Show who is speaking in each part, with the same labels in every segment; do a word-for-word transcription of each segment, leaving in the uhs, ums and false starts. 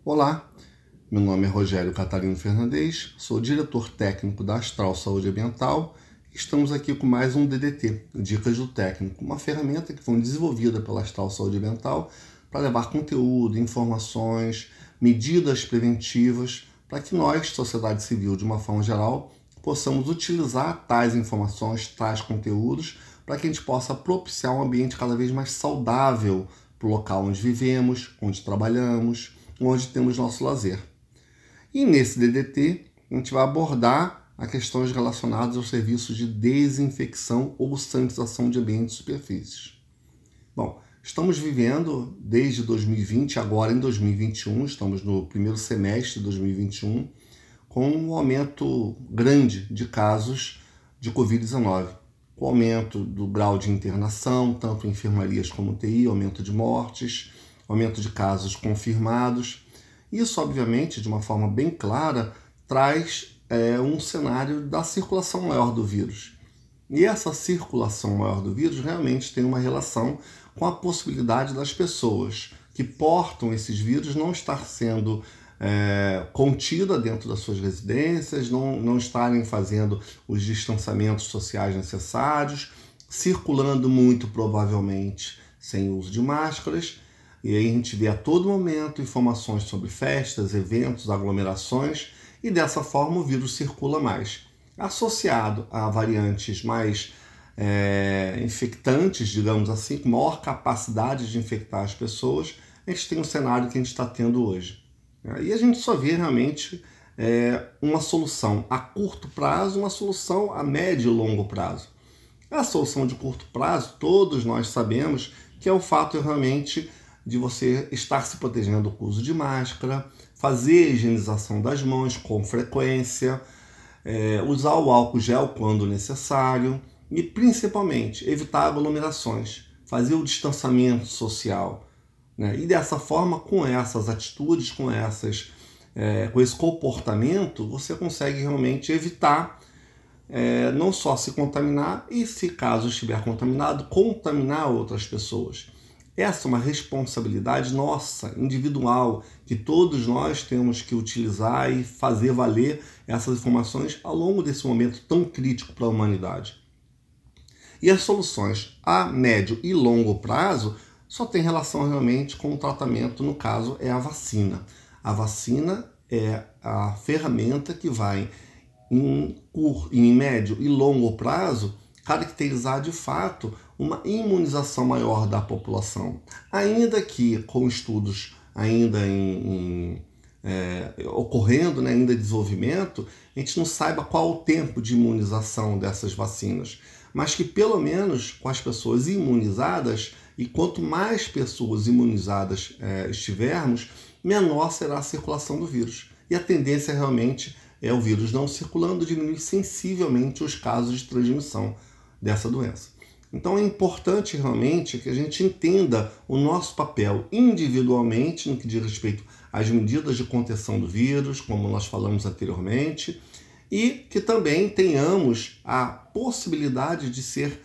Speaker 1: Olá, meu nome é Rogério Catarino Fernandes, sou diretor técnico da Astral Saúde Ambiental e estamos aqui com mais um D D T, Dicas do Técnico, uma ferramenta que foi desenvolvida pela Astral Saúde Ambiental para levar conteúdo, informações, medidas preventivas para que nós, sociedade civil de uma forma geral, possamos utilizar tais informações, tais conteúdos, para que a gente possa propiciar um ambiente cada vez mais saudável para o local onde vivemos, onde trabalhamos, onde temos nosso lazer. E nesse D D T, a gente vai abordar as questões relacionadas aos serviços de desinfecção ou sanitização de ambientes e superfícies. Bom, estamos vivendo desde dois mil e vinte, agora em dois mil e vinte e um, estamos no primeiro semestre de dois mil e vinte e um, com um aumento grande de casos de covid dezenove, com aumento do grau de internação, tanto em enfermarias como U T I, aumento de mortes, aumento de casos confirmados. Isso, obviamente, de uma forma bem clara, traz é, um cenário da circulação maior do vírus. E essa circulação maior do vírus realmente tem uma relação com a possibilidade das pessoas que portam esses vírus não estar sendo é, contida dentro das suas residências, não, não estarem fazendo os distanciamentos sociais necessários, circulando muito provavelmente sem uso de máscaras. E aí a gente vê a todo momento informações sobre festas, eventos, aglomerações, e dessa forma o vírus circula mais. Associado a variantes mais é, infectantes, digamos assim, com maior capacidade de infectar as pessoas, a gente tem o cenário que a gente está tendo hoje. E a gente só vê realmente é, uma solução a curto prazo, uma solução a médio e longo prazo. A solução de curto prazo, todos nós sabemos que é o fato realmente de você estar se protegendo com o uso de máscara, fazer a higienização das mãos com frequência, é, usar o álcool gel quando necessário e, principalmente, evitar aglomerações, fazer o distanciamento social. Né? E dessa forma, com essas atitudes, com, essas, é, com esse comportamento, você consegue realmente evitar é, não só se contaminar e, se caso estiver contaminado, contaminar outras pessoas. Essa é uma responsabilidade nossa, individual, que todos nós temos que utilizar e fazer valer essas informações ao longo desse momento tão crítico para a humanidade. E as soluções a médio e longo prazo só tem relação realmente com o tratamento, no caso é a vacina. A vacina é a ferramenta que vai, em, curto, em médio e longo prazo, caracterizar de fato uma imunização maior da população. Ainda que com estudos ainda em, em, é, ocorrendo, né, ainda em desenvolvimento, a gente não saiba qual o tempo de imunização dessas vacinas, mas que pelo menos com as pessoas imunizadas, e quanto mais pessoas imunizadas é, estivermos, menor será a circulação do vírus. E a tendência realmente é o vírus não circulando, diminuir sensivelmente os casos de transmissão dessa doença. Então é importante realmente que a gente entenda o nosso papel individualmente no que diz respeito às medidas de contenção do vírus, como nós falamos anteriormente, e que também tenhamos a possibilidade de ser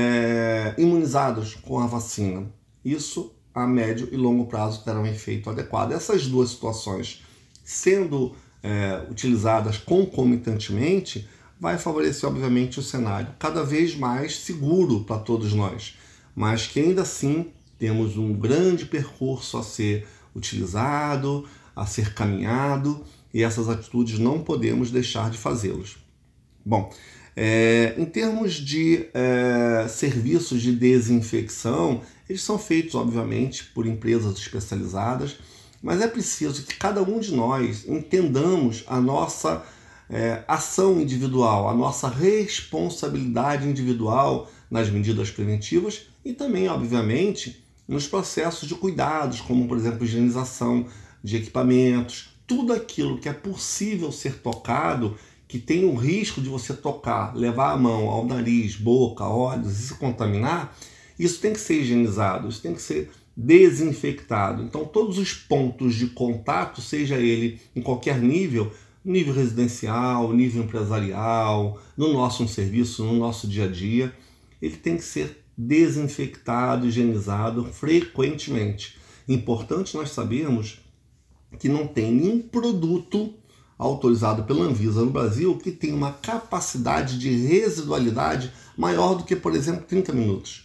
Speaker 1: é, imunizados com a vacina. Isso a médio e longo prazo terá um efeito adequado. Essas duas situações sendo é, utilizadas concomitantemente vai favorecer, obviamente, o cenário cada vez mais seguro para todos nós, mas que ainda assim temos um grande percurso a ser utilizado, a ser caminhado, e essas atitudes não podemos deixar de fazê-los. Bom, é, em termos de é, serviços de desinfecção, eles são feitos, obviamente, por empresas especializadas, mas é preciso que cada um de nós entendamos a nossa É, ação individual, a nossa responsabilidade individual nas medidas preventivas e também, obviamente, nos processos de cuidados, como, por exemplo, higienização de equipamentos, tudo aquilo que é possível ser tocado, que tem o risco de você tocar, levar a mão ao nariz, boca, olhos e se contaminar, isso tem que ser higienizado, isso tem que ser desinfectado. Então, todos os pontos de contato, seja ele em qualquer nível, nível residencial, nível empresarial, no nosso serviço, no nosso dia a dia, ele tem que ser desinfectado, higienizado frequentemente. Importante nós sabermos que não tem nenhum produto autorizado pela Anvisa no Brasil que tem uma capacidade de residualidade maior do que, por exemplo, trinta minutos.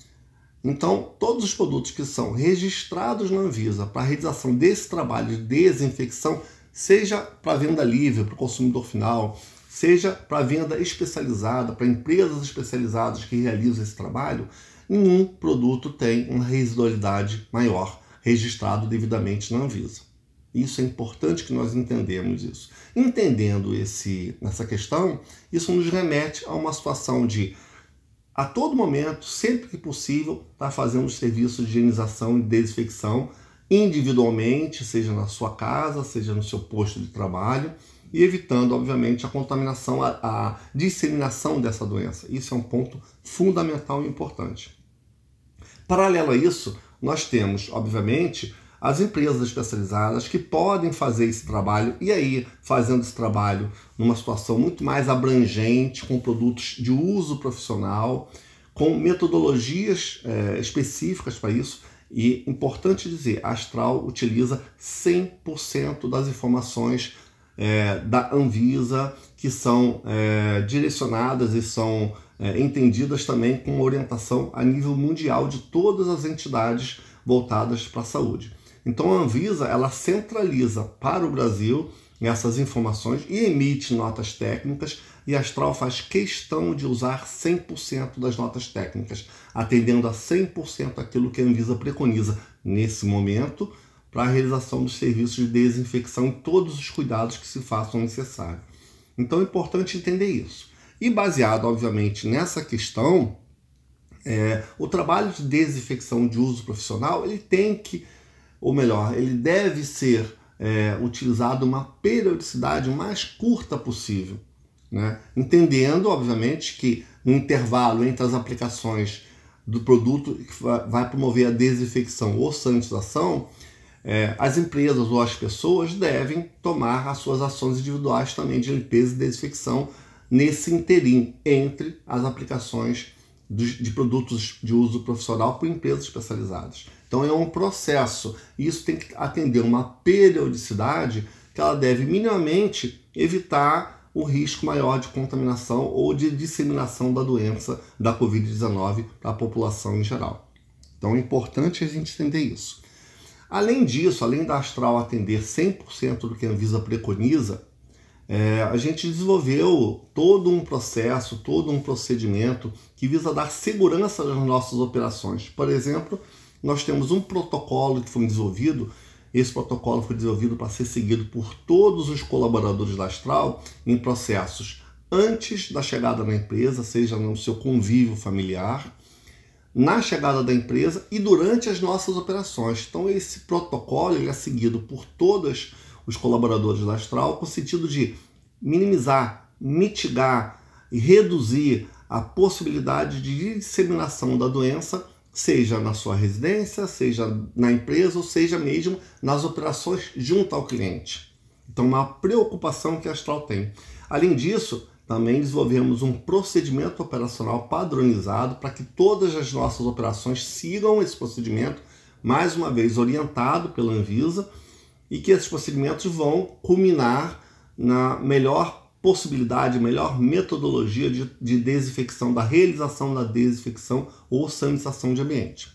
Speaker 1: Então, todos os produtos que são registrados na Anvisa para a realização desse trabalho de desinfecção, seja para venda livre, para o consumidor final, seja para venda especializada, para empresas especializadas que realizam esse trabalho, nenhum produto tem uma residualidade maior registrado devidamente na Anvisa. Isso é importante que nós entendamos isso. Entendendo esse, essa questão, isso nos remete a uma situação de, a todo momento, sempre que possível, estar fazendo os serviços de higienização e desinfecção individualmente, seja na sua casa, seja no seu posto de trabalho, e evitando, obviamente, a contaminação, a, a disseminação dessa doença. Isso é um ponto fundamental e importante. Paralelo a isso, nós temos, obviamente, as empresas especializadas que podem fazer esse trabalho, e aí fazendo esse trabalho numa situação muito mais abrangente, com produtos de uso profissional, com metodologias é, específicas para isso. E importante dizer, a Astral utiliza cem por cento das informações é, da Anvisa, que são é, direcionadas e são é, entendidas também com orientação a nível mundial de todas as entidades voltadas para a saúde. Então a Anvisa, ela centraliza para o Brasil essas informações e emite notas técnicas, e a Astral faz questão de usar cem por cento das notas técnicas, atendendo a cem por cento aquilo que a Anvisa preconiza nesse momento para a realização dos serviços de desinfecção e todos os cuidados que se façam necessários. Então é importante entender isso. E baseado, obviamente, nessa questão, é, o trabalho de desinfecção de uso profissional, ele tem que, ou melhor, ele deve ser é, utilizado uma periodicidade mais curta possível, né? Entendendo, obviamente, que no intervalo entre as aplicações do produto que vai promover a desinfecção ou sanitização, é, as empresas ou as pessoas devem tomar as suas ações individuais também de limpeza e desinfecção nesse interim entre as aplicações de produtos de uso profissional por empresas especializadas. Então é um processo, e isso tem que atender uma periodicidade que ela deve minimamente evitar o risco maior de contaminação ou de disseminação da doença da covid dezenove para a população em geral. Então é importante a gente entender isso. Além disso, além da Astral atender cem por cento do que a Anvisa preconiza, É, a gente desenvolveu todo um processo, todo um procedimento que visa dar segurança nas nossas operações. Por exemplo, nós temos um protocolo que foi desenvolvido, esse protocolo foi desenvolvido para ser seguido por todos os colaboradores da Astral em processos antes da chegada na empresa, seja no seu convívio familiar, na chegada da empresa e durante as nossas operações. Então esse protocolo ele é seguido por todas os colaboradores da Astral, com o sentido de minimizar, mitigar e reduzir a possibilidade de disseminação da doença, seja na sua residência, seja na empresa, ou seja mesmo nas operações junto ao cliente. Então, uma preocupação que a Astral tem. Além disso, também desenvolvemos um procedimento operacional padronizado para que todas as nossas operações sigam esse procedimento, mais uma vez orientado pela Anvisa, e que esses procedimentos vão culminar na melhor possibilidade, melhor metodologia de, de desinfecção, da realização da desinfecção ou sanitização de ambiente.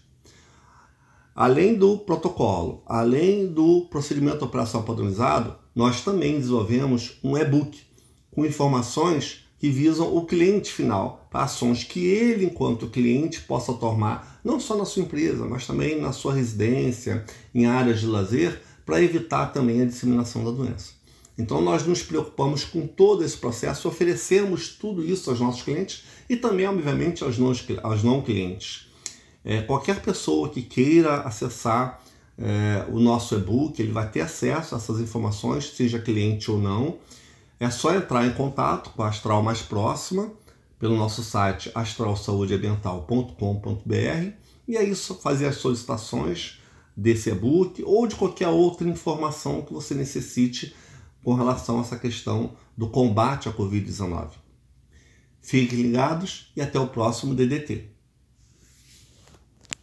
Speaker 1: Além do protocolo, além do procedimento operacional padronizado, nós também desenvolvemos um e-book com informações que visam o cliente final, para ações que ele, enquanto cliente, possa tomar, não só na sua empresa, mas também na sua residência, em áreas de lazer, para evitar também a disseminação da doença. Então nós nos preocupamos com todo esse processo, oferecemos tudo isso aos nossos clientes e também, obviamente, aos não, aos não clientes. É, qualquer pessoa que queira acessar é, o nosso e-book, ele vai ter acesso a essas informações, seja cliente ou não. É só entrar em contato com a Astral mais próxima, pelo nosso site astral saúde ambiental ponto com ponto br, e é isso, fazer as solicitações desse e-book ou de qualquer outra informação que você necessite com relação a essa questão do combate à covid dezenove. Fiquem ligados e até o próximo D D T.